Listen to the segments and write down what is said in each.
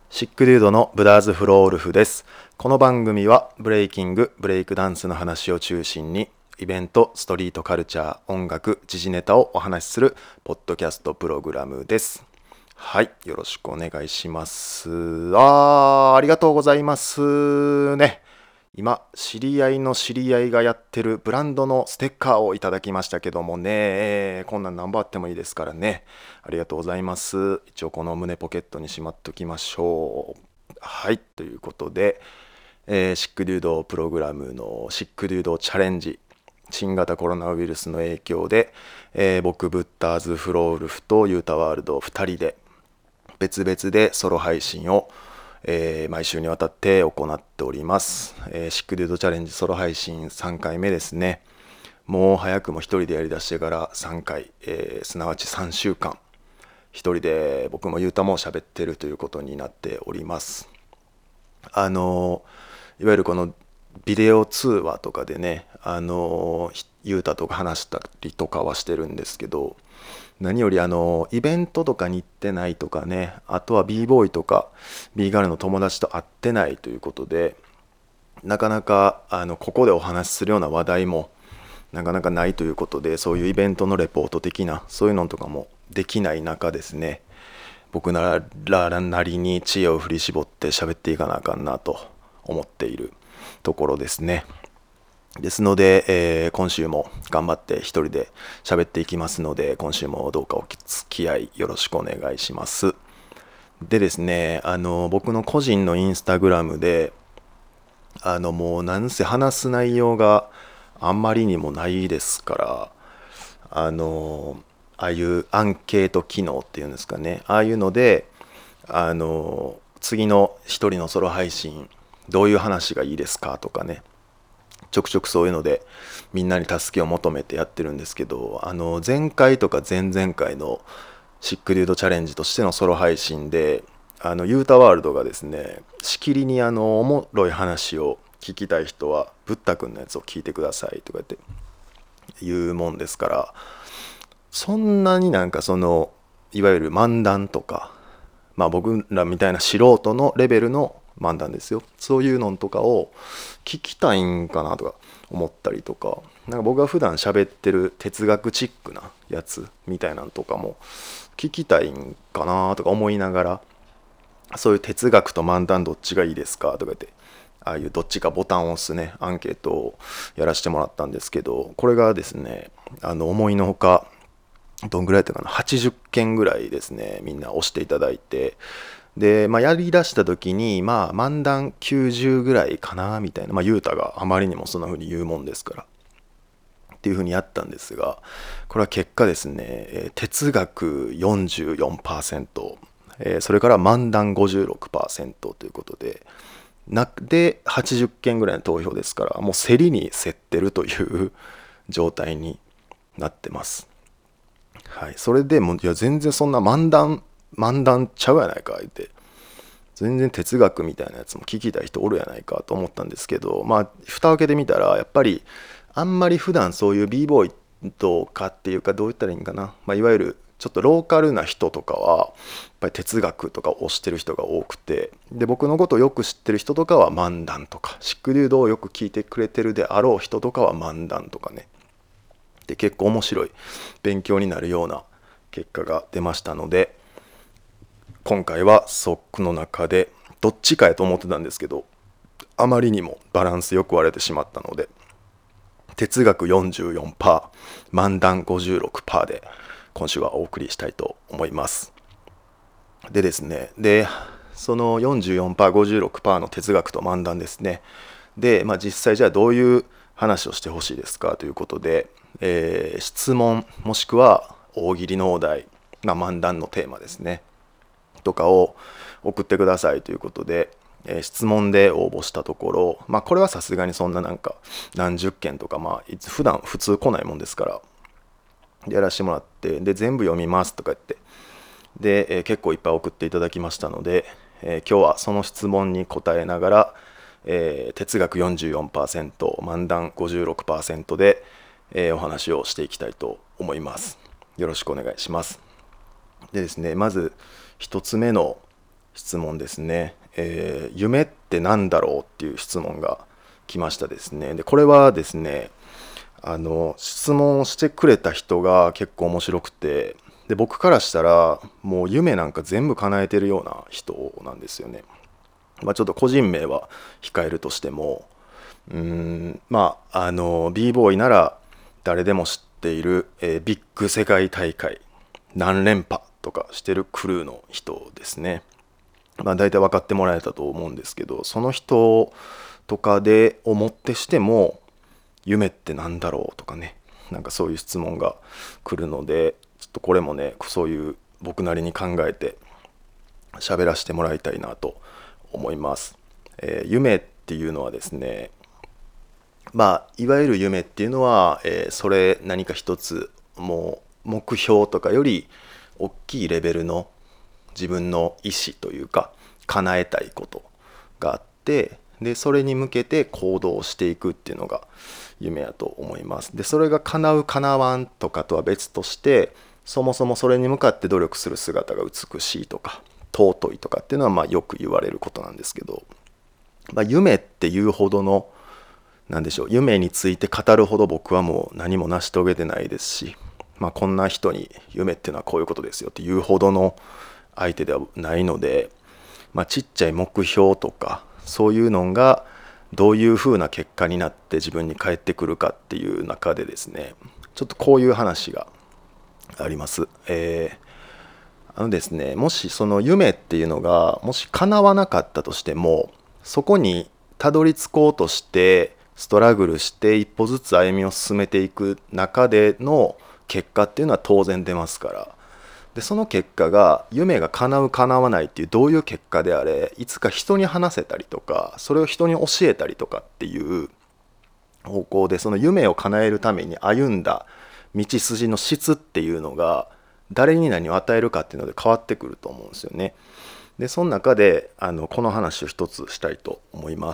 シックデュードのブダーズフロールフです。この番組はブレイキング、ブレイクダンスの話を中心にイベント、ストリートカルチャー、音楽、時事ネタをお話しするポッドキャストプログラムです。はい、よろしくお願いします。ありがとうございますね。今、知り合いの知り合いがやってるブランドのステッカーをいただきましたけどもね、こんなん何本あってもいいですからね。ありがとうございます。一応この胸ポケットにしまっときましょう。はい、ということで、シックデュードプログラムのシックデュードチャレンジ。新型コロナウイルスの影響で、僕、ブッダーズフロールフとユータワールド2人で別々でソロ配信を毎週にわたって行っております。シックデュードチャレンジソロ配信3回目ですね。もう早くも一人でやりだしてから3回、すなわち3週間、一人で僕もゆうたも喋ってるということになっております。いわゆるこのビデオ通話とかでね、ゆうたとか話したりとかはしてるんですけど、何よりイベントとかに行ってないとかね、あとは b ボーイとか b ガールの友達と会ってないということで、なかなかここでお話しするような話題もなかなかないということで、そういうイベントのレポート的なそういうのとかもできない中ですね、僕ならなりに知恵を振り絞って喋っていかなあかんなと思っているところですね。ですので、今週も頑張って一人で喋っていきますので、今週もどうかお付き合いよろしくお願いします。でですね、僕の個人のインスタグラムで、もうなんせ話す内容があんまりにもないですから、ああいうアンケート機能っていうんですかね、ああいうので、次の一人のソロ配信、どういう話がいいですかとかね、ちょくちょくそういうのでみんなに助けを求めてやってるんですけど、前回とか前々回のシックデュードチャレンジとしてのソロ配信で、ユータワールドがですね、しきりにおもろい話を聞きたい人はブッダ君のやつを聞いてくださいとかって言うもんですから、そんなになんかいわゆる漫談とか、まあ僕らみたいな素人のレベルの漫談ですよ、そういうのとかを聞きたいんかなとか思ったりとか、なんか僕が普段喋ってる哲学チックなやつみたいなんとかも聞きたいんかなとか思いながら、そういう哲学と漫談どっちがいいですかとか言って、ああいうどっちかボタンを押すねアンケートをやらせてもらったんですけど、これがですね、思いのほかどんぐらいだったかな、80件ぐらいですね、みんな押していただいて、で、まあ、やりだした時に、まあ、漫談90ぐらいかなみたいな、まあ、ゆうたがあまりにもそんな風に言うもんですからっていう風にやったんですが、これは結果ですね、哲学44%、それから漫談56%ということで、で80件ぐらいの投票ですから、もう競りに競ってるという状態になってます。はい、それでもいや全然そんな漫談ちゃうやないか言って、全然哲学みたいなやつも聞きたい人おるやないかと思ったんですけど、まあ蓋を開けてみたらやっぱりあんまり普段そういう b ボーイとかっていうか、どう言ったらいいんかな、まあ、いわゆるちょっとローカルな人とかはやっぱり哲学とかを推してる人が多くて、で僕のことをよく知ってる人とかは漫談とか、シックデュードをよく聞いてくれてるであろう人とかは漫談とかね、で結構面白い勉強になるような結果が出ましたので、今回はその中でどっちかやと思ってたんですけど、あまりにもバランスよく割れてしまったので、哲学 44%、漫談 56% で今週はお送りしたいと思います。でですね、その 44%、56% の哲学と漫談ですね。で、まあ、実際じゃあどういう話をしてほしいですかということで、質問もしくは大喜利のお題、まあ、漫談のテーマですねとかを送ってくださいということで、質問で応募したところ、まあこれはさすがにそんななんか何十件とか、まあ普段普通来ないもんですからやらせてもらって、で全部読みますとか言って、で、結構いっぱい送っていただきましたので、今日はその質問に答えながら、哲学 44%、漫談 56% で、お話をしていきたいと思います。よろしくお願いします。でですね、まず一つ目の質問ですね。夢って何だろうっていう質問が来ましたですね。でこれはですね、質問をしてくれた人が結構面白くて、で僕からしたらもう夢なんか全部叶えてるような人なんですよね。ちょっと個人名は控えるとしても、b ボーイなら誰でも知っている、ビッグ世界大会何連覇とかしてるクルーの人ですね。大体分かってもらえたと思うんですけど、その人とかで思ってしても夢ってなんだろうとかね、なんかそういう質問が来るので、ちょっとこれもね、そういう僕なりに考えて喋らせてもらいたいなと思います。夢っていうのはですね、いわゆる夢っていうのは、それ何か一つもう目標とかより大きいレベルの自分の意思というか叶えたいことがあって、でそれに向けて行動していくっていうのが夢やと思います。でそれが叶う叶わんとかとは別として、そもそもそれに向かって努力する姿が美しいとか尊いとかっていうのはよく言われることなんですけど、夢っていうほどのなんでしょう、夢について語るほど僕はもう何も成し遂げてないですし、こんな人に夢っていうのはこういうことですよっていうほどの相手ではないので、ちっちゃい目標とかそういうのがどういうふうな結果になって自分に返ってくるかっていう中でですね、ちょっとこういう話があります。ですね、もしその夢っていうのがもし叶わなかったとしても、そこにたどり着こうとしてストラグルして一歩ずつ歩みを進めていく中での結果っていうのは当然出ますから、でその結果が夢が叶う叶わないっていうどういう結果であれ、いつか人に話せたりとかそれを人に教えたりとかっていう方向で、その夢を叶えるために歩んだ道筋の質っていうのが誰に何を与えるかっていうので変わってくると思うんですよね。でその中でこの話を一つしたいと思います。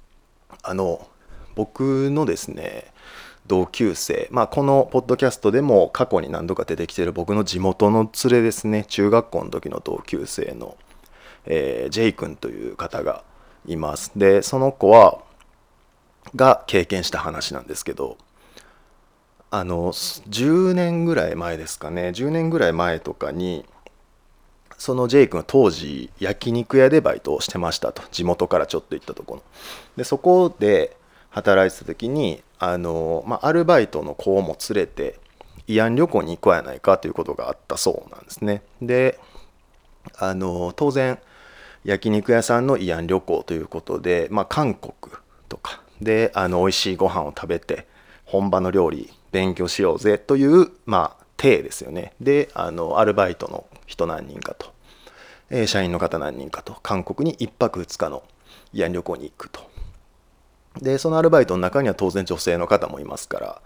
僕のですね同級生、このポッドキャストでも過去に何度か出てきている僕の地元の連れですね、中学校の時の同級生の、ジェイ君という方がいます。でその子が経験した話なんですけど、10年ぐらい前ですかね、10年ぐらい前とかにそのジェイ君は当時焼肉屋でバイトをしてましたと、地元からちょっと行ったところで、そこで働いてた時にアルバイトの子をも連れて慰安旅行に行こうやないかということがあったそうなんですね。で当然焼肉屋さんの慰安旅行ということで、韓国とかで美味しいご飯を食べて本場の料理勉強しようぜという体ですよね。でアルバイトの人何人かと、社員の方何人かと韓国に1泊2日の慰安旅行に行くと。でそのアルバイトの中には当然女性の方もいますから、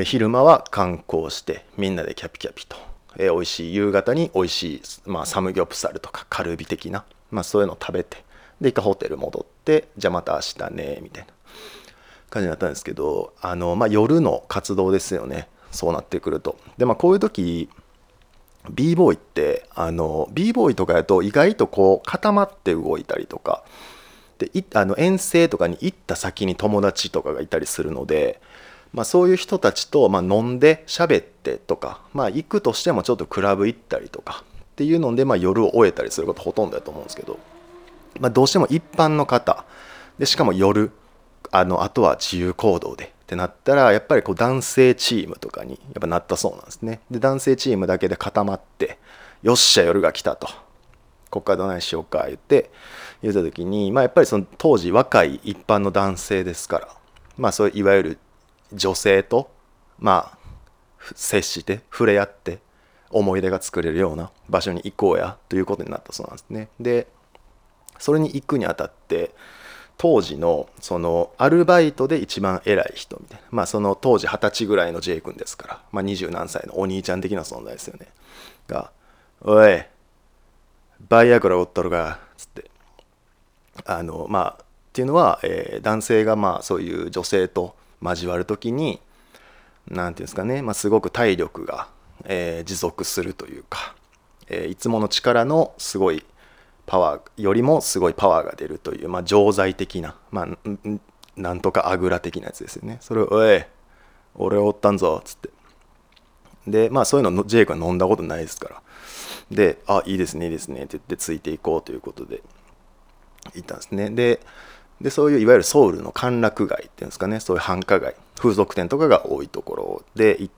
昼間は観光してみんなでキャピキャピと、美味しい夕方に美味しい、サムギョプサルとかカルビ的な、そういうのを食べて、で一回ホテル戻って、じゃあまた明日ねみたいな感じになったんですけど、夜の活動ですよね、そうなってくると。でこういう時 b ボーイってb ボーイとかやと意外とこう固まって動いたりとかで、遠征とかに行った先に友達とかがいたりするので、そういう人たちと飲んで喋ってとか、行くとしてもちょっとクラブ行ったりとかっていうので、夜を終えたりすることほとんどだと思うんですけど、どうしても一般の方で、しかも夜あとは自由行動でってなったら、やっぱりこう男性チームとかにやっぱなったそうなんですね。で男性チームだけで固まって、よっしゃ夜が来たと、こっからどないしようか言った時に、やっぱりその当時若い一般の男性ですから、そういういわゆる女性と接して触れ合って思い出が作れるような場所に行こうやということになったそうなんですね。でそれに行くにあたって、当時のそのアルバイトで一番偉い人みたいな、その当時20歳ぐらいの J 君ですから、20何歳のお兄ちゃん的な存在ですよねが、おいバイアグラおっとるがつって、っていうのは、男性がそういう女性と交わるときになんていうんですかね、すごく体力が、持続するというか、いつもの力のすごいパワーよりもすごいパワーが出るという、錠剤的な、なんとかあぐら的なやつですよね。それを「おい俺おったんぞ」っつって、でそういうのジェイクは飲んだことないですから、で「あいいですねいいですね」って言ってついていこうということで行ったんですね。でそういういわゆるソウルの歓楽街っていうんですかね、そういう繁華街、風俗店とかが多いところで行って、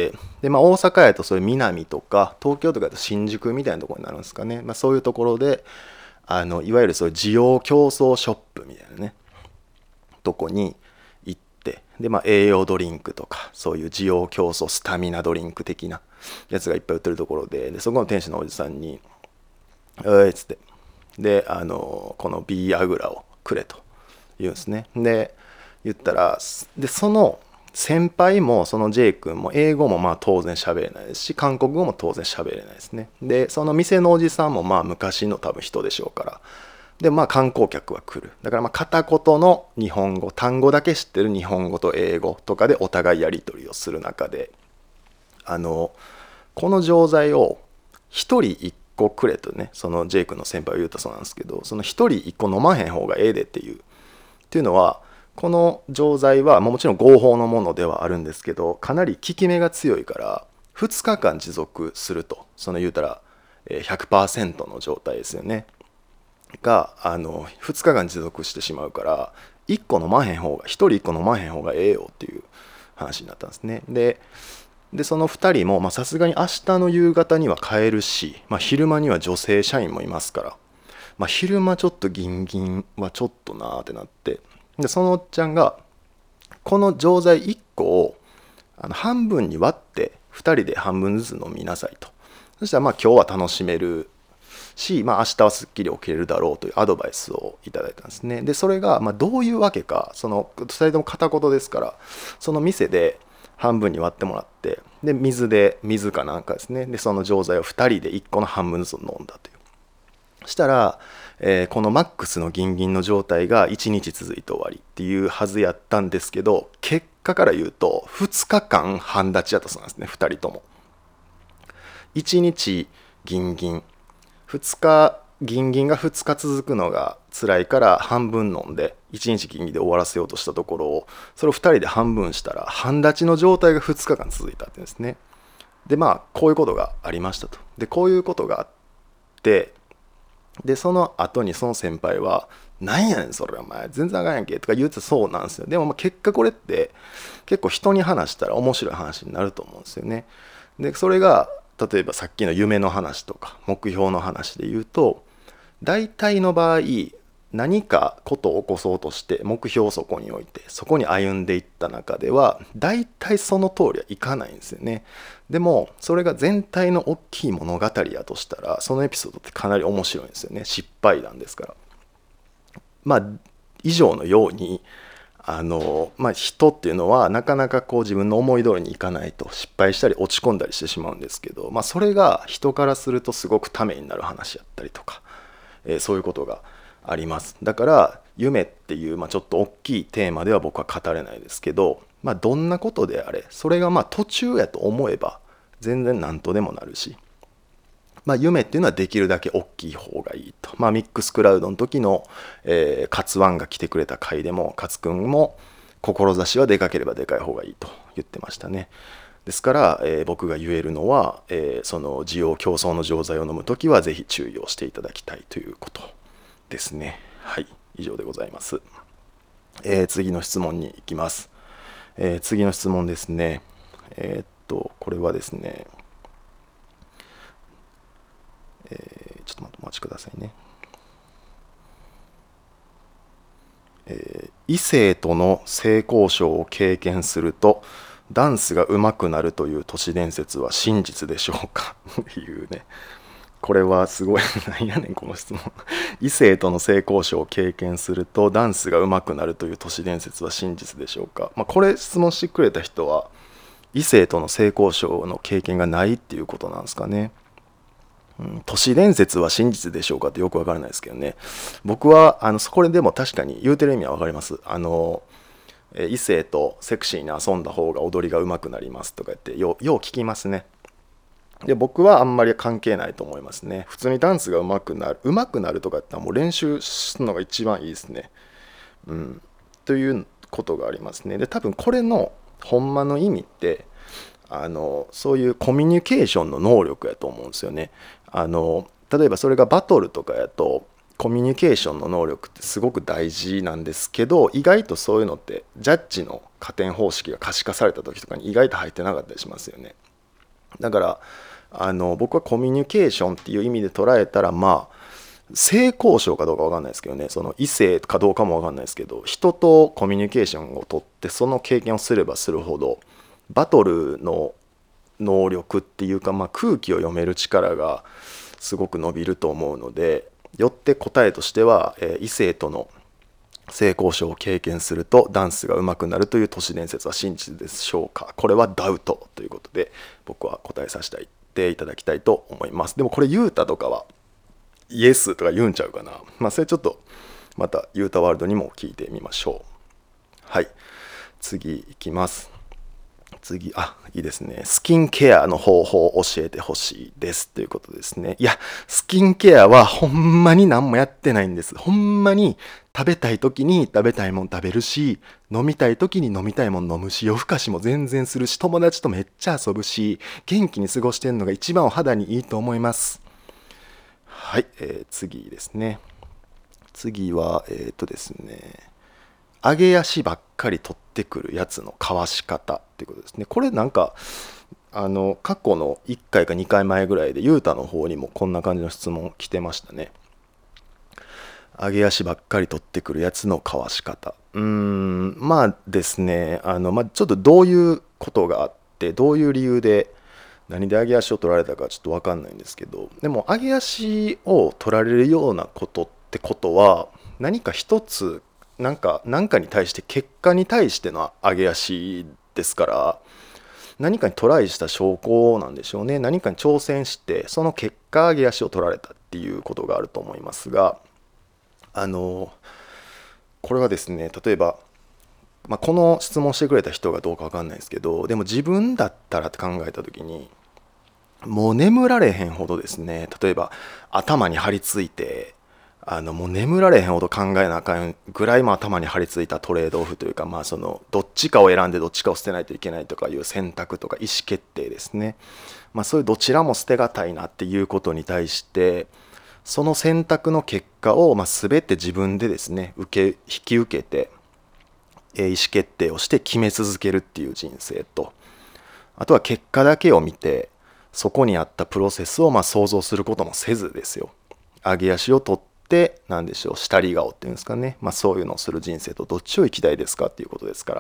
で大阪やとそういう南とか東京とかだと新宿みたいなところになるんですかね、そういうところでいわゆるそういう需要競争ショップみたいなねとこに行って、で栄養ドリンクとかそういう需要競争スタミナドリンク的なやつがいっぱい売ってるところで、そこの店主のおじさんに「おい」っつって、でこの B アグラをくれと言うんですね。で言ったら、でその先輩もその J 君も英語も当然喋れないですし、韓国語も当然喋れないですね。でその店のおじさんも昔の多分人でしょうから、で観光客は来る、だから片言の日本語、単語だけ知ってる日本語と英語とかでお互いやり取りをする中で、この錠剤を一人一個くれとね、その J 君の先輩は言ったそうなんですけど、その一人一個飲まへん方がええでっていうのは、この錠剤はもちろん合法のものではあるんですけど、かなり効き目が強いから2日間持続すると、その言うたら 100% の状態ですよねが2日間持続してしまうから、1個飲まへん方が、1人1個飲まへん方がええよっていう話になったんですね。でその2人もさすがに明日の夕方には帰るし、昼間には女性社員もいますから、昼間ちょっとギンギンはちょっとなーってなって、でそのおっちゃんがこの錠剤1個を半分に割って2人で半分ずつ飲みなさいと。そしたら今日は楽しめるし、明日はすっきり起きれるだろうというアドバイスをいただいたんですね。でそれがどういうわけか、その2人とも片言ですから、その店で半分に割ってもらって、で水かなんかですね、でその錠剤を2人で1個の半分ずつ飲んだという。そしたら、このマックスのギンギンの状態が1日続いて終わりっていうはずやったんですけど、結果から言うと2日間半立ちやったそうなんですね、2人とも。1日ギンギン、2日ギンギンが2日続くのが辛いから半分飲んで1日ギンギンで終わらせようとしたところを、それを2人で半分したら半立ちの状態が2日間続いたっていうんですね。でこういうことがありましたと。でこういうことがあって、でその後にその先輩は「なんやねんそれお前全然あかんやんけ」とか言うて、そうなんですよ。でも結果これって結構人に話したら面白い話になると思うんですよね。でそれが例えばさっきの夢の話とか目標の話で言うと、大体の場合何かことを起こそうとして目標をそこに置いてそこに歩んでいった中では大体その通りはいかないんですよね。でもそれが全体の大きい物語やとしたら、そのエピソードってかなり面白いんですよね。失敗談ですから。以上のように人っていうのはなかなかこう自分の思い通りにいかないと失敗したり落ち込んだりしてしまうんですけど、それが人からするとすごくためになる話やったりとか、そういうことがあります。だから夢っていう、ちょっと大きいテーマでは僕は語れないですけど、どんなことであれそれが途中やと思えば全然何とでもなるし、夢っていうのはできるだけ大きい方がいいと。ミックスクラウドの時の、カツワンが来てくれた回でもカツくんも志はでかければでかい方がいいと言ってましたね。ですから、僕が言えるのは、その需要競争の錠剤を飲む時はぜひ注意をしていただきたいということですね。はい、以上でございます。次の質問に行きます。次の質問ですね。これはですね、ちょっとお待ちくださいね。異性との性交渉を経験するとダンスが上手くなるという都市伝説は真実でしょうかっていうね。これはすごいなんやねんこの質問異性との性交渉を経験するとダンスが上手くなるという都市伝説は真実でしょうか。これ質問してくれた人は異性との性交渉の経験がないっていうことなんですかね。都市伝説は真実でしょうかってよくわからないですけどね。僕はこれでも確かに言うてる意味はわかります。異性とセクシーに遊んだ方が踊りが上手くなりますとか言ってよう聞きますね。 で僕はあんまり関係ないと思いますね。普通にダンスが上手くなるとかやったらもう練習するのが一番いいですね。うん、ということがありますね。で多分これのほんまの意味ってそういうコミュニケーションの能力やと思うんですよね。例えばそれがバトルとかやとコミュニケーションの能力ってすごく大事なんですけど、意外とそういうのってジャッジの加点方式が可視化された時とかに意外と入ってなかったりしますよね。だから僕はコミュニケーションっていう意味で捉えたら、まあ性交渉かどうか分かんないですけどね、その異性かどうかも分かんないですけど、人とコミュニケーションをとってその経験をすればするほどバトルの能力っていうか、まあ、空気を読める力がすごく伸びると思うので、よって答えとしては、異性との性交渉を経験するとダンスが上手くなるという都市伝説は真実でしょうか。これはダウトということで僕は答えさせていただきたいと思います。でもこれユータとかはイエスとか言うんちゃうかな。まあそれちょっとまたユータワールドにも聞いてみましょう。はい、次いきます。次、いいですね。スキンケアの方法を教えてほしいですということですね。いや、スキンケアはほんまに何もやってないんです。ほんまに食べたい時に食べたいもん食べるし、飲みたい時に飲みたいもん飲むし、夜更かしも全然するし、友達とめっちゃ遊ぶし、元気に過ごしてんのが一番お肌にいいと思います。はい、次ですね。次は、ですね、上げ足ばっかり取ってくるやつのかわし方っていうことですね。これなんか過去の1回か2回前ぐらいでユータの方にもこんな感じの質問来てましたね。上げ足ばっかり取ってくるやつのかわし方。まあですね、ちょっとどういうことがあってどういう理由で何で上げ足を取られたかちょっと分かんないんですけど、でも上げ足を取られるようなことってことは何か一つ何かに対して結果に対しての上げ足ですから、何かにトライした証拠なんでしょうね。何かに挑戦してその結果上げ足を取られたっていうことがあると思いますが、これはですね、例えば、この質問してくれた人がどうか分かんないですけど、でも自分だったらって考えた時にもう眠られへんほどですね、例えば頭に張り付いてもう眠られへんほど考えなあかんぐらいも頭に張り付いたトレードオフというか、そのどっちかを選んでどっちかを捨てないといけないとかいう選択とか意思決定ですね。そういうどちらも捨てがたいなっていうことに対してその選択の結果を全て自分でですね引き受けて意思決定をして決め続けるっていう人生と、あとは結果だけを見てそこにあったプロセスを想像することもせずですよ、上げ足を取って何でしょう、下り顔っていうんですかね、そういうのをする人生とどっちを生きたいですかっていうことですから、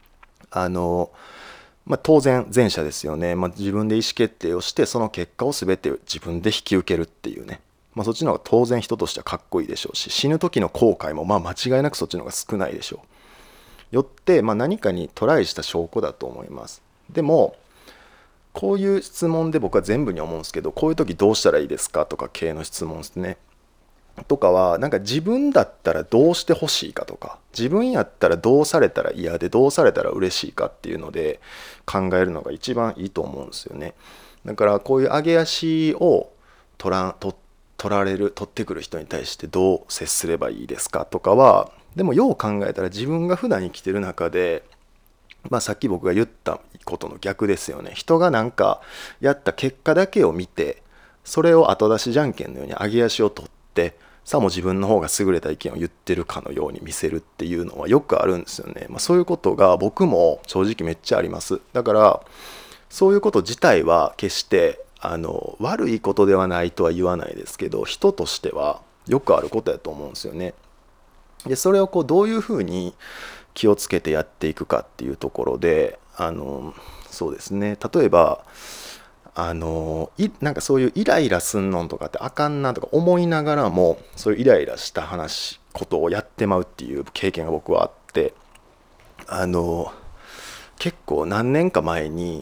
当然前者ですよね。自分で意思決定をしてその結果を全て自分で引き受けるっていうね、そっちの方が当然人としてはかっこいいでしょうし、死ぬ時の後悔も間違いなくそっちの方が少ないでしょう。よって、何かにトライした証拠だと思います。でもこういう質問で僕は全部に思うんですけど、こういう時どうしたらいいですかとか系の質問ですね。とかは自分だったらどうしてほしいかとか、自分やったらどうされたら嫌でどうされたら嬉しいかっていうので考えるのが一番いいと思うんですよね。だからこういう上げ足を取ってくる人に対してどう接すればいいですかとかは、でもよう考えたら自分が普段生きてる中でさっき僕が言ったことの逆ですよね。人がやった結果だけを見てそれを後出しじゃんけんのように上げ足を取ってさも自分の方が優れた意見を言ってるかのように見せるっていうのはよくあるんですよね。そういうことが僕も正直めっちゃあります。だからそういうこと自体は決して悪いことではないとは言わないですけど、人としてはよくあることやと思うんですよね。でそれをどういうふうに気をつけてやっていくかっていうところで、そうですね、例えばそういうイライラすんのんとかってあかんなとか思いながらも、そういうイライラしたことをやってまうっていう経験が僕はあって、結構何年か前に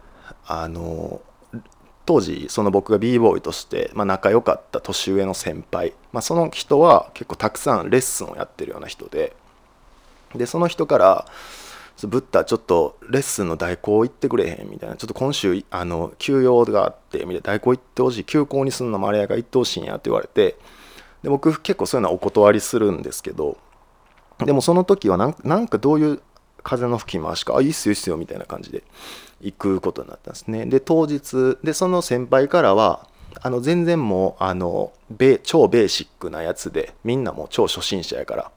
当時その僕が b ボーイとして、仲良かった年上の先輩、その人は結構たくさんレッスンをやってるような人で、その人からブッダちょっとレッスンの代行行ってくれへんみたいな、ちょっと今週休養があってみたいな、代行行ってほしい、休校にすんのもあれやから行ってほしいんやって言われて、で僕結構そういうのはお断りするんですけど、でもその時はなんかどういう風の吹き回しか、いいっすよいいっすよみたいな感じで行くことになったんですね。で当日でその先輩からは全然もう超ベーシックなやつで、みんなもう超初心者やから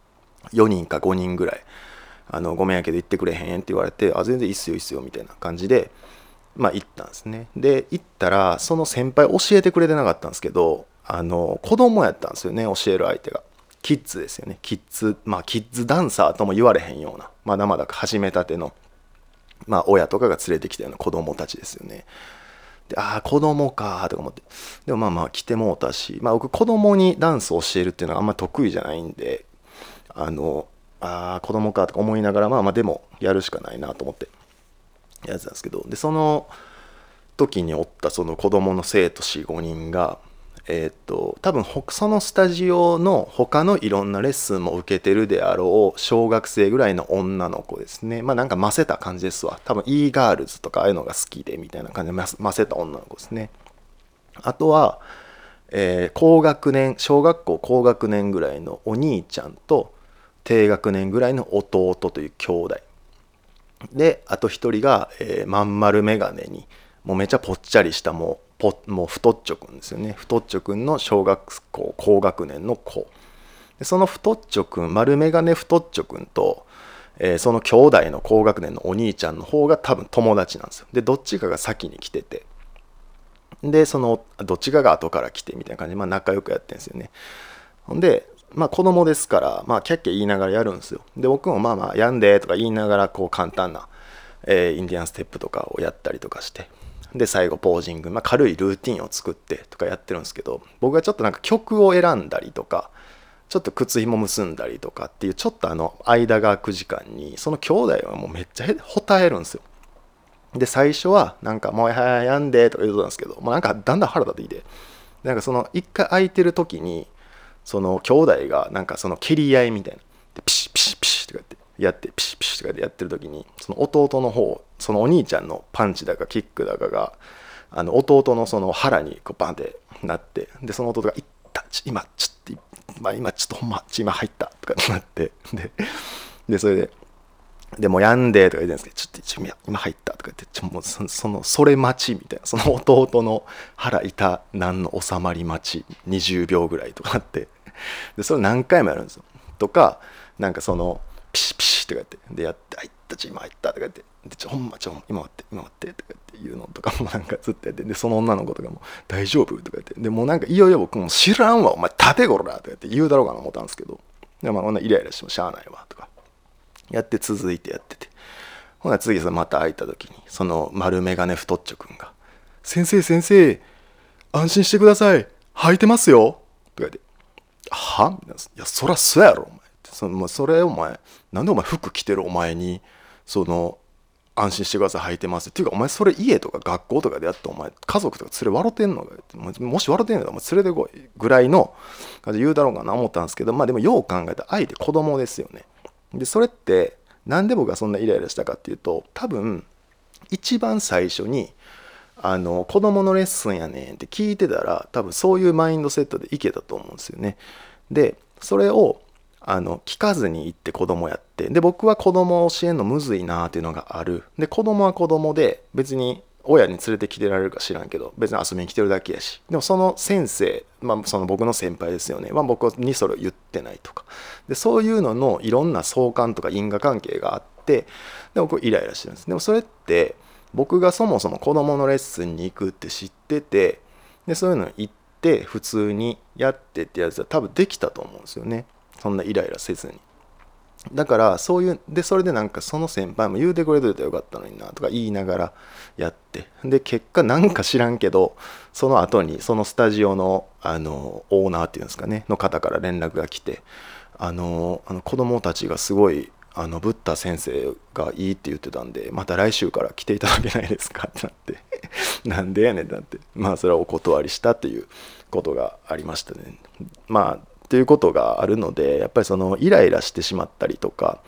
4人か5人ぐらいごめんやけど行ってくれへんって言われて、全然いいっすよいいっすよみたいな感じで行ったんですね。で行ったらその先輩教えてくれてなかったんですけど、子供やったんですよね、教える相手が。キッズですよね。キッズダンサーとも言われへんような、まだまだ始めたての、親とかが連れてきたような子供たちですよね。で子供かとか思って、でも来てもうたし、僕子供にダンスを教えるっていうのはあんま得意じゃないんで、子供かとか思いながら、でもやるしかないなと思ってやってたんですけど、でその時におったその子供の生徒4、5人が多分そのスタジオの他のいろんなレッスンも受けてるであろう小学生ぐらいの女の子ですね。なんかませた感じですわ。多分 e ガールズとかああいうのが好きでみたいな感じでませた女の子ですね。あとは、小学校高学年ぐらいのお兄ちゃんと低学年ぐらいの弟という兄弟で、あと一人が、まん丸眼鏡にもうめちゃぽっちゃりしたもう太っちょくんですよね。太っちょくんの小学校高学年の子で、その太っちょくん、丸眼鏡太っちょくんと、その兄弟の高学年のお兄ちゃんの方が多分友達なんですよ。でどっちかが先に来てて、でそのどっちかが後から来てみたいな感じで、仲良くやってるんですよね。ほんで子供ですからキャッキャ言いながらやるんですよ。で僕もやんでとか言いながらこう簡単な、インディアンステップとかをやったりとかして、で最後ポージング、軽いルーティンを作ってとかやってるんですけど、僕がちょっとなんか曲を選んだりとか、ちょっと靴紐結んだりとかっていうちょっと間が空く時間に、その兄弟はもうめっちゃほたえるんですよ。で最初はなんかもうやんでとか言うとったんですけど、なんかだんだん腹立ってきて、なんかその一回空いてる時にその兄弟がなんかその蹴り合いみたいなでピシピシピシとかってやって、ピシピシとかでやってる時に、その弟の方、そのお兄ちゃんのパンチだかキックだかが弟のその腹にこうバンってなって、でその弟が「いった今ちょっとほんま今入った」とかなって、でそれでもうやんでとか言ってるんですけど、ちょっと今入ったとか言って、もうそれ待ちみたいな、その弟の腹痛なんの収まり待ち20秒ぐらいとかあって、でそれ何回もやるんですよ。とかなんかそのピシピシとか言ってでやって「あいった今入った」とか言って「でほんま今待って」とかっていうのとかもなんかずっとやって、でその女の子とかも「大丈夫?」とか言って、でもうなんかいよいよ僕も知らんわお前立てこらとか言って言うだろうかな思ったんですけど、でこんなイライラしてもしゃあないわとかやって続いてやってて、ほな次また会いた時にその丸眼鏡太っちょくんが「先生安心してください履いてますよ」とか言って「は?」みたいな「いやそらそうやろお前」それお前なんでお前服着てるお前にその安心してください履いてますっていうか、お前それ家とか学校とかでやってお前家族とか連れ笑ってんのかもし笑ってんのかお前連れてこいぐらいの感じで言うだろうかな思ったんですけど、でもよう考えたら相手子供ですよね。でそれってなんで僕がそんなイライラしたかっていうと、多分一番最初に子供のレッスンやねんって聞いてたら、多分そういうマインドセットでいけたと思うんですよね。でそれを聞かずに行って子供やって、で僕は子供を教えるのむずいなっていうのがある。で子供は子供で別に親に連れてきてられるか知らんけど別に遊びに来てるだけやし、でもその先生、その僕の先輩ですよね、僕にそれを言ってないとかで、そういうののいろんな相関とか因果関係があって、で僕イライラしてるんです。でもそれって僕がそもそも子供のレッスンに行くって知ってて、でそういうの行って普通にやってってやつは多分できたと思うんですよね。そんなイライラせずに。だからそういうでそれでなんかその先輩も言うてくれといたらよかったのになとか言いながらやって、で結果なんか知らんけどその後にそのスタジオのオーナーっていうんですかねの方から連絡が来て、子供たちがすごいブッダ先生がいいって言ってたんでまた来週から来ていただけないですかってなってなんでやねんってなって、それはお断りしたっていうことがありましたね。っていうことがあるので、やっぱりそのイライラしてしまったりとか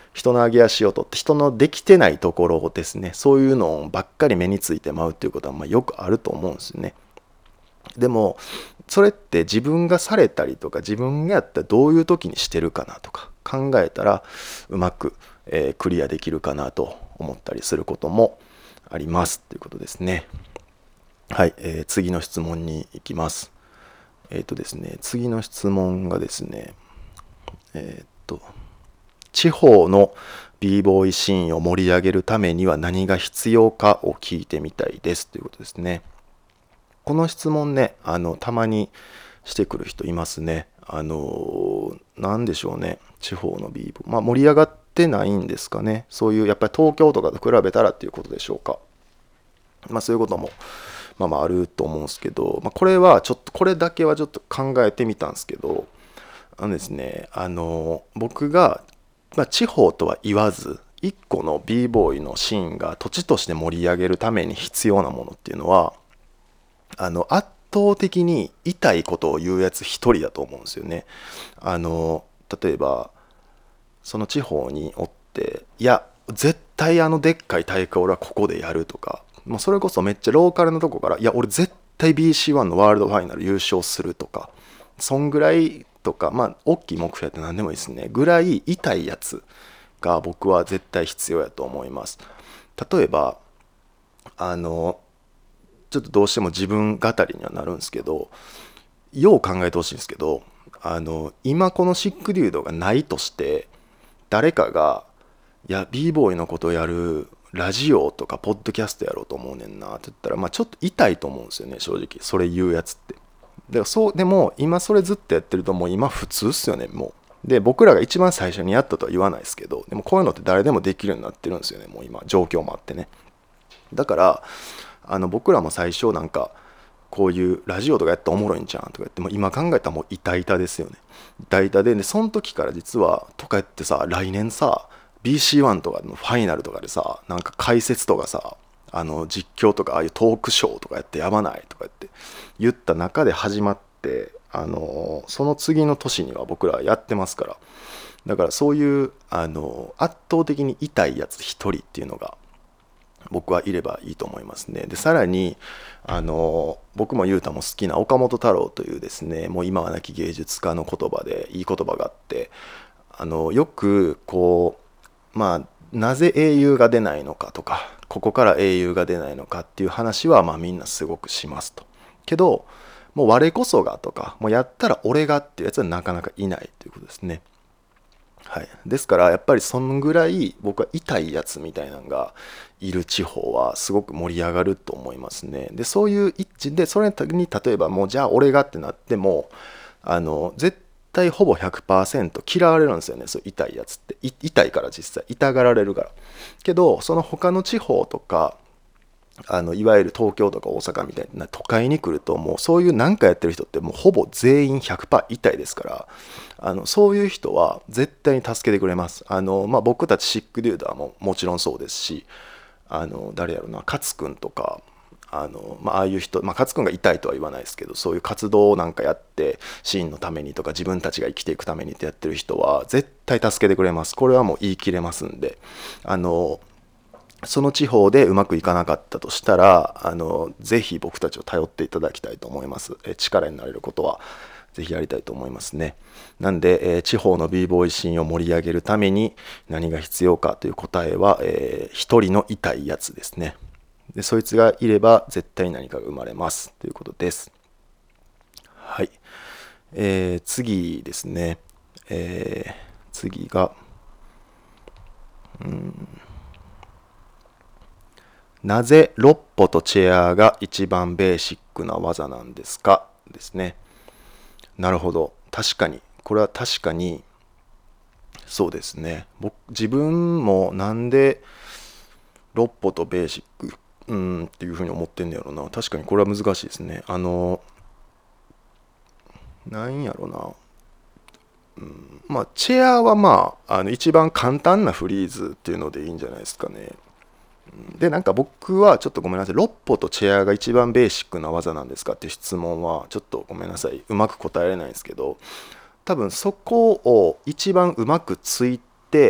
人の上げ足を取って人のできてないところですね、そういうのばっかり目についてまうっていうことはよくあると思うんですよね。でもそれって自分がされたりとか自分がやったらどういう時にしてるかなとか考えたらうまく、クリアできるかなと思ったりすることもありますということですね。はい、次の質問に行きます。ですね、次の質問がですね、地方の b ボーイシーンを盛り上げるためには何が必要かを聞いてみたいですということですね。この質問ね、たまにしてくる人いますね。なんでしょうね、地方の b ボーイ、盛り上がってないんですかね。そういうやっぱり東京とかと比べたらっていうことでしょうか。そういうこともあると思うんですけど、これはちょっとこれだけはちょっと考えてみたんですけど、ですね、僕が、地方とは言わず一個の b ボーイのシーンが土地として盛り上げるために必要なものっていうのは圧倒的に痛いことを言うやつ一人だと思うんですよね。例えばその地方におって、いや絶対でっかい大会俺はここでやるとか、もうそれこそめっちゃローカルのとこから、いや俺絶対 BC1 のワールドファイナル優勝するとか、そんぐらいとか、大きい目標って何でもいいですねぐらい痛いやつが僕は絶対必要やと思います。例えばちょっとどうしても自分語りにはなるんですけど、よう考えてほしいんですけど、今このシックデュードがないとして誰かがいや b ボーイのことをやるラジオとかポッドキャストやろうと思うねんなって言ったら、ちょっと痛いと思うんですよね、正直それ言うやつって。でも今それずっとやってるともう今普通っすよね、もう。で僕らが一番最初にやったとは言わないですけど、でもこういうのって誰でもできるようになってるんですよね、もう今状況もあってね。だから僕らも最初なんかこういうラジオとかやったらおもろいんちゃうんとか言っても今考えたらもうイタイタですよね。イタイタで、その時から実はとか言ってさ、来年さ BC1 とかのファイナルとかでさ、なんか解説とかさ、実況とかああいうトークショーとかやってやばないとか言った中で始まって、その次の年には僕らやってますから。だからそういう圧倒的に痛いやつ一人っていうのが僕はいればいいと思いますね。でさらに僕も雄太も好きな岡本太郎というですね、もう今は亡き芸術家の言葉でいい言葉があって、よくこうなぜ英雄が出ないのかとか、ここから英雄が出ないのかっていう話はみんなすごくしますと。けどもう我こそがとか、もうやったら俺がっていうやつはなかなかいないということですね。はい、ですからやっぱりそのぐらい僕は痛いやつみたいなのがいる地方はすごく盛り上がると思いますね。でそういう一致でそれに例えばもうじゃあ俺がってなっても絶対ほぼ 100% 嫌われるんですよね、そう痛いやつって。痛いから実際痛がられるから。けどその他の地方とかいわゆる東京とか大阪みたいな都会に来ると、もうそういう何かやってる人ってもうほぼ全員 100% 痛いですから、そういう人は絶対に助けてくれます。僕たちシックデューダーももちろんそうですし、誰やろな、勝君とかああいう人、勝君が痛いとは言わないですけど、そういう活動をなんかやってシーンのためにとか自分たちが生きていくためにってやってる人は絶対助けてくれます。これはもう言い切れますんで、その地方でうまくいかなかったとしたらぜひ僕たちを頼っていただきたいと思います。力になれることはぜひやりたいと思いますね。なんで、地方の b ボーイシーンを盛り上げるために何が必要かという答えは、一人の痛いやつですね。でそいつがいれば絶対何かが生まれますということです。はい、次ですね、次がなぜ6歩とチェアが一番ベーシックな技なんですかですね。なるほど、確かにこれは確かにそうですね。自分もなんで6歩とベーシックっていうふうに思ってんねやろな。確かにこれは難しいですね。なんやろな、チェアは一番簡単なフリーズっていうのでいいんじゃないですかね。でなんか僕はちょっとごめんなさい、6歩とチェアが一番ベーシックな技なんですかっていう質問はちょっとごめんなさい、うまく答えられないんですけど、多分そこを一番うまくついて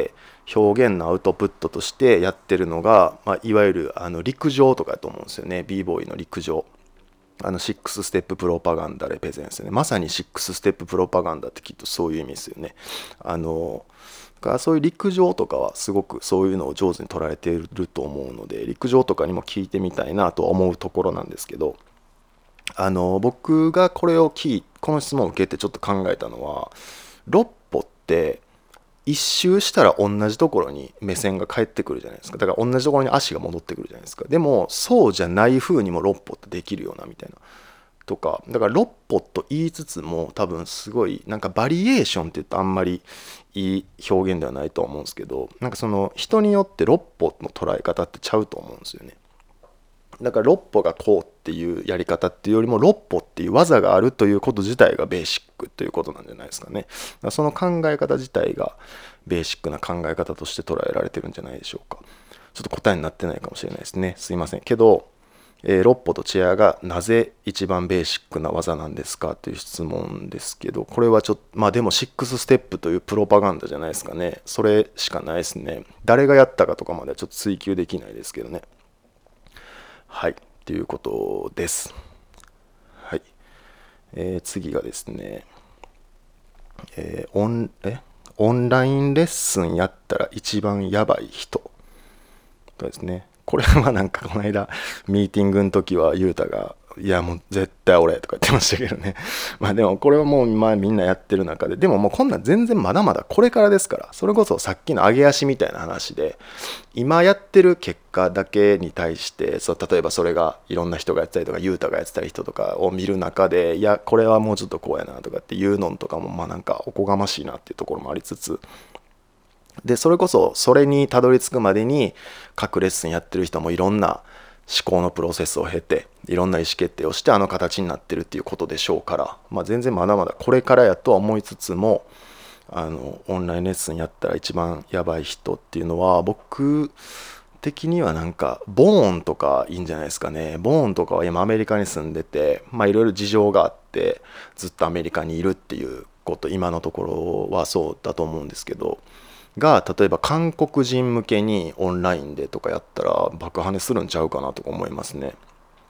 表現のアウトプットとしてやってるのが、いわゆる陸上とかだと思うんですよね。 b ボーイの陸上、シックスステッププロパガンダレペゼンスね。まさにシックスステッププロパガンダってきっとそういう意味ですよね。だからそういう陸上とかはすごくそういうのを上手に捉えていると思うので、陸上とかにも聞いてみたいなと思うところなんですけど、僕がこの質問を受けてちょっと考えたのは、6歩って一周したら同じところに目線が返ってくるじゃないですか。だから同じところに足が戻ってくるじゃないですか。でもそうじゃない風にも6歩ってできるよなみたいなとか、だから6歩と言いつつも多分すごいなんかバリエーションって言うとあんまりいい表現ではないと思うんですけど、なんかその人によって6歩の捉え方ってちゃうと思うんですよね。だから6歩がこうっていうやり方っていうよりも6歩っていう技があるということ自体がベーシックということなんじゃないですかね。だからその考え方自体がベーシックな考え方として捉えられてるんじゃないでしょうか。ちょっと答えになってないかもしれないですね。すいません。けど、6歩とチェアがなぜ一番ベーシックな技なんですかという質問ですけど、これはちょっとでも6ステップというプロパガンダじゃないですかね。それしかないですね。誰がやったかとかまではちょっと追求できないですけどね。はい、ということです。はい。次がですね、オンラインレッスンやったら一番やばい人とですね。これはなんかこの間ミーティングの時はゆうたがいやもう絶対俺とか言ってましたけどね。でもこれはもうみんなやってる中で、でももうこんなん全然まだまだこれからですから、それこそさっきの上げ足みたいな話で、今やってる結果だけに対して例えばそれがいろんな人がやってたりとかゆうたがやってたり人とかを見る中で、いやこれはもうちょっとこうやなとかっていうのとかもなんかおこがましいなっていうところもありつつ、でそれこそそれにたどり着くまでに各レッスンやってる人もいろんな思考のプロセスを経ていろんな意思決定をして形になってるっていうことでしょうから、全然まだまだこれからやとは思いつつも、オンラインレッスンやったら一番やばい人っていうのは僕的にはなんかボーンとかいいんじゃないですかね。ボーンとかは今アメリカに住んでていろいろ事情があってずっとアメリカにいるっていうこと、今のところはそうだと思うんですけど、が例えば韓国人向けにオンラインでとかやったら爆跳ねするんちゃうかなとか思いますね。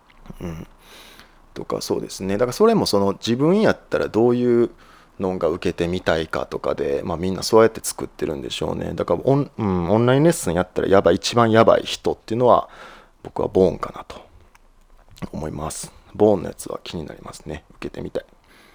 とかそうですね。だからそれもその自分やったらどういうのが受けてみたいかとかで、みんなそうやって作ってるんでしょうね。だからオンラインレッスンやったら一番やばい人っていうのは僕はボーンかなと思います。ボーンのやつは気になりますね。受けてみたい。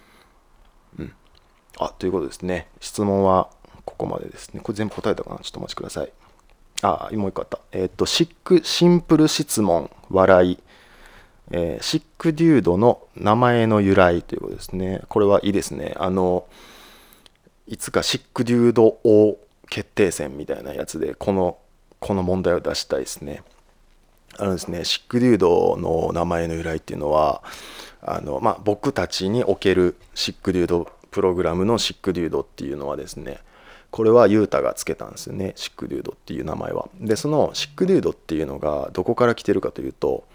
ということですね。質問はここまでですね。これ全部答えたかな、ちょっとお待ちください。もう一個あった。シンプル質問、笑い。シックデュードの名前の由来ということですね。これはいいですね。いつかシックデュード王決定戦みたいなやつでこの問題を出したいですね。ですね、シックデュードの名前の由来っていうのは僕たちにおけるシックデュードプログラムのシックデュードっていうのはですね、これはユータがつけたんですよね、シックデュードっていう名前は。でそのシックデュードっていうのがどこから来てるかというと、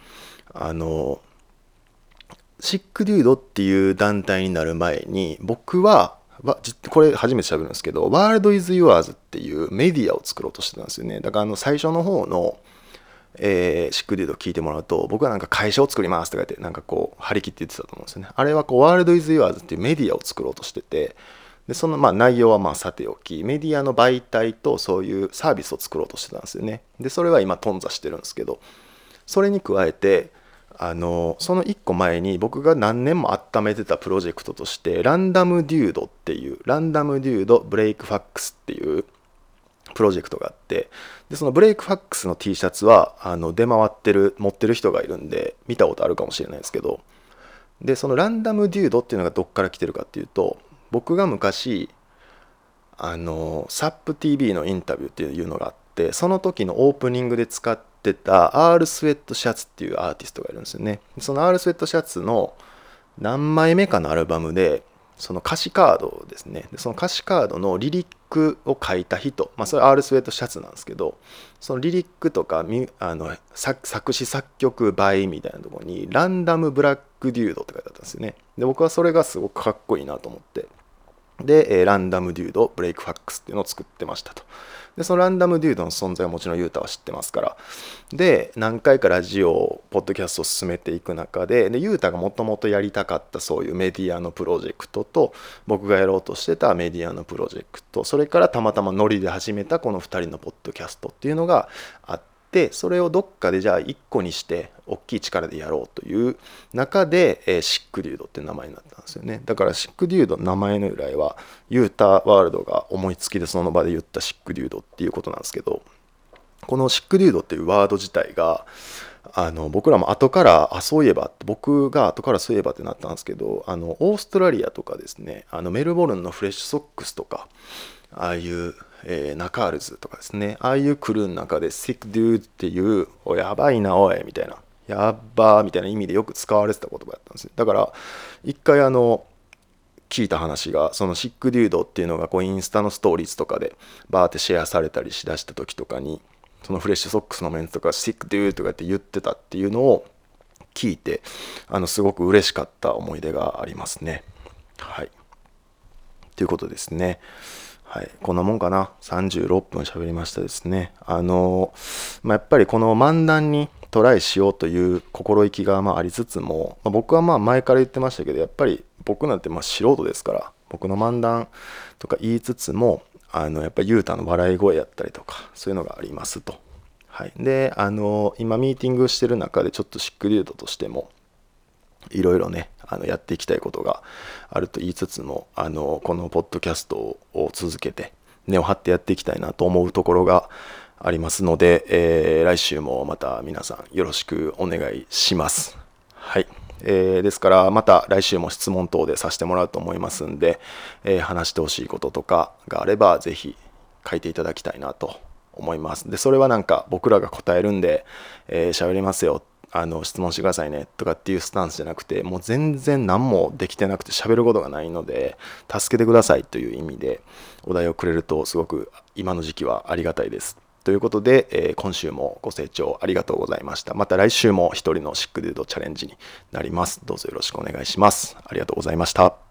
シックデュードっていう団体になる前に僕はこれ初めて喋るんですけど、ワールドイズユアーズっていうメディアを作ろうとしてたんですよね。だから最初の方のシックデュード聞いてもらうと、僕はなんか会社を作りますとか言ってなんかこう張り切って言ってたと思うんですよね。あれはワールドイズユアーズっていうメディアを作ろうとしてて、でその内容はさておき、メディアの媒体とそういうサービスを作ろうとしてたんですよね。でそれは今頓挫してるんですけど、それに加えてその1個前に僕が何年も温めてたプロジェクトとしてランダムデュードブレイクファックスっていうプロジェクトがあって、でそのブレイクファックスの T シャツは出回ってる持ってる人がいるんで見たことあるかもしれないですけど、でそのランダムデュードっていうのがどっから来てるかっていうと、僕が昔SAPTV のインタビューっていうのがあって、その時のオープニングで使ってた R スウェットシャツっていうアーティストがいるんですよね。その R スウェットシャツの何枚目かのアルバムでその歌詞カードですね。でその歌詞カードのリリックを書いた人、それは R スウェットシャツなんですけど、そのリリックとか作詞作曲 by みたいなところにランダムブラックデュードって書いてあったんですよね。で僕はそれがすごくかっこいいなと思って、 で、ランダムデュード、ブレイクファックスっていうのを作ってましたと。で、そのランダムデュードの存在はもちろんユータは知ってますから。で、何回かラジオ、ポッドキャストを進めていく中で、ユータがもともとやりたかったそういうメディアのプロジェクトと、僕がやろうとしてたメディアのプロジェクト、それからたまたまノリで始めたこの2人のポッドキャストっていうのがあって、それをどっかでじゃあ1個にして大きい力でやろうという中で、シックデュードって名前になったんですよね。だからシックデュードの名前の由来はユータワールドが思いつきでその場で言ったシックデュードっていうことなんですけど、このシックデュードっていうワード自体が僕らも後からそういえば僕が後からそういえばってなったんですけど、オーストラリアとかですね、メルボルンのフレッシュソックスとかああいう、ナカールズとかですね、ああいうクルーの中で Sick Dude っていうおやばいなおいみたいな、やっばーみたいな意味でよく使われてた言葉だったんですよ。だから一回聞いた話が、そのシックデュードっていうのがこうインスタのストーリーズとかでバーってシェアされたりしだした時とかに、そのフレッシュソックスのメンツとかシックデューとかって言ってたっていうのを聞いて、すごく嬉しかった思い出がありますね。はい。ということですね。はい、こんなもんかな。36分喋りましたですね。やっぱりこの漫談にトライしようという心意気がありつつも、僕は前から言ってましたけど、やっぱり僕なんて素人ですから、僕の漫談とか言いつつも、やっぱりユータの笑い声やったりとか、そういうのがありますと。はい、で、今ミーティングしてる中でちょっとシックデュードとしても、いろいろねやっていきたいことがあると言いつつもこのポッドキャストを続けて根を張ってやっていきたいなと思うところがありますので、来週もまた皆さんよろしくお願いします。はい、ですからまた来週も質問等でさせてもらうと思いますんで、話してほしいこととかがあればぜひ書いていただきたいなと思います。でそれはなんか僕らが答えるんで喋りますよ質問してくださいねとかっていうスタンスじゃなくて、もう全然何もできてなくて喋ることがないので助けてくださいという意味でお題をくれるとすごく今の時期はありがたいです。ということで、今週もご清聴ありがとうございました。また来週も一人のシックデュードチャレンジになります。どうぞよろしくお願いします。ありがとうございました。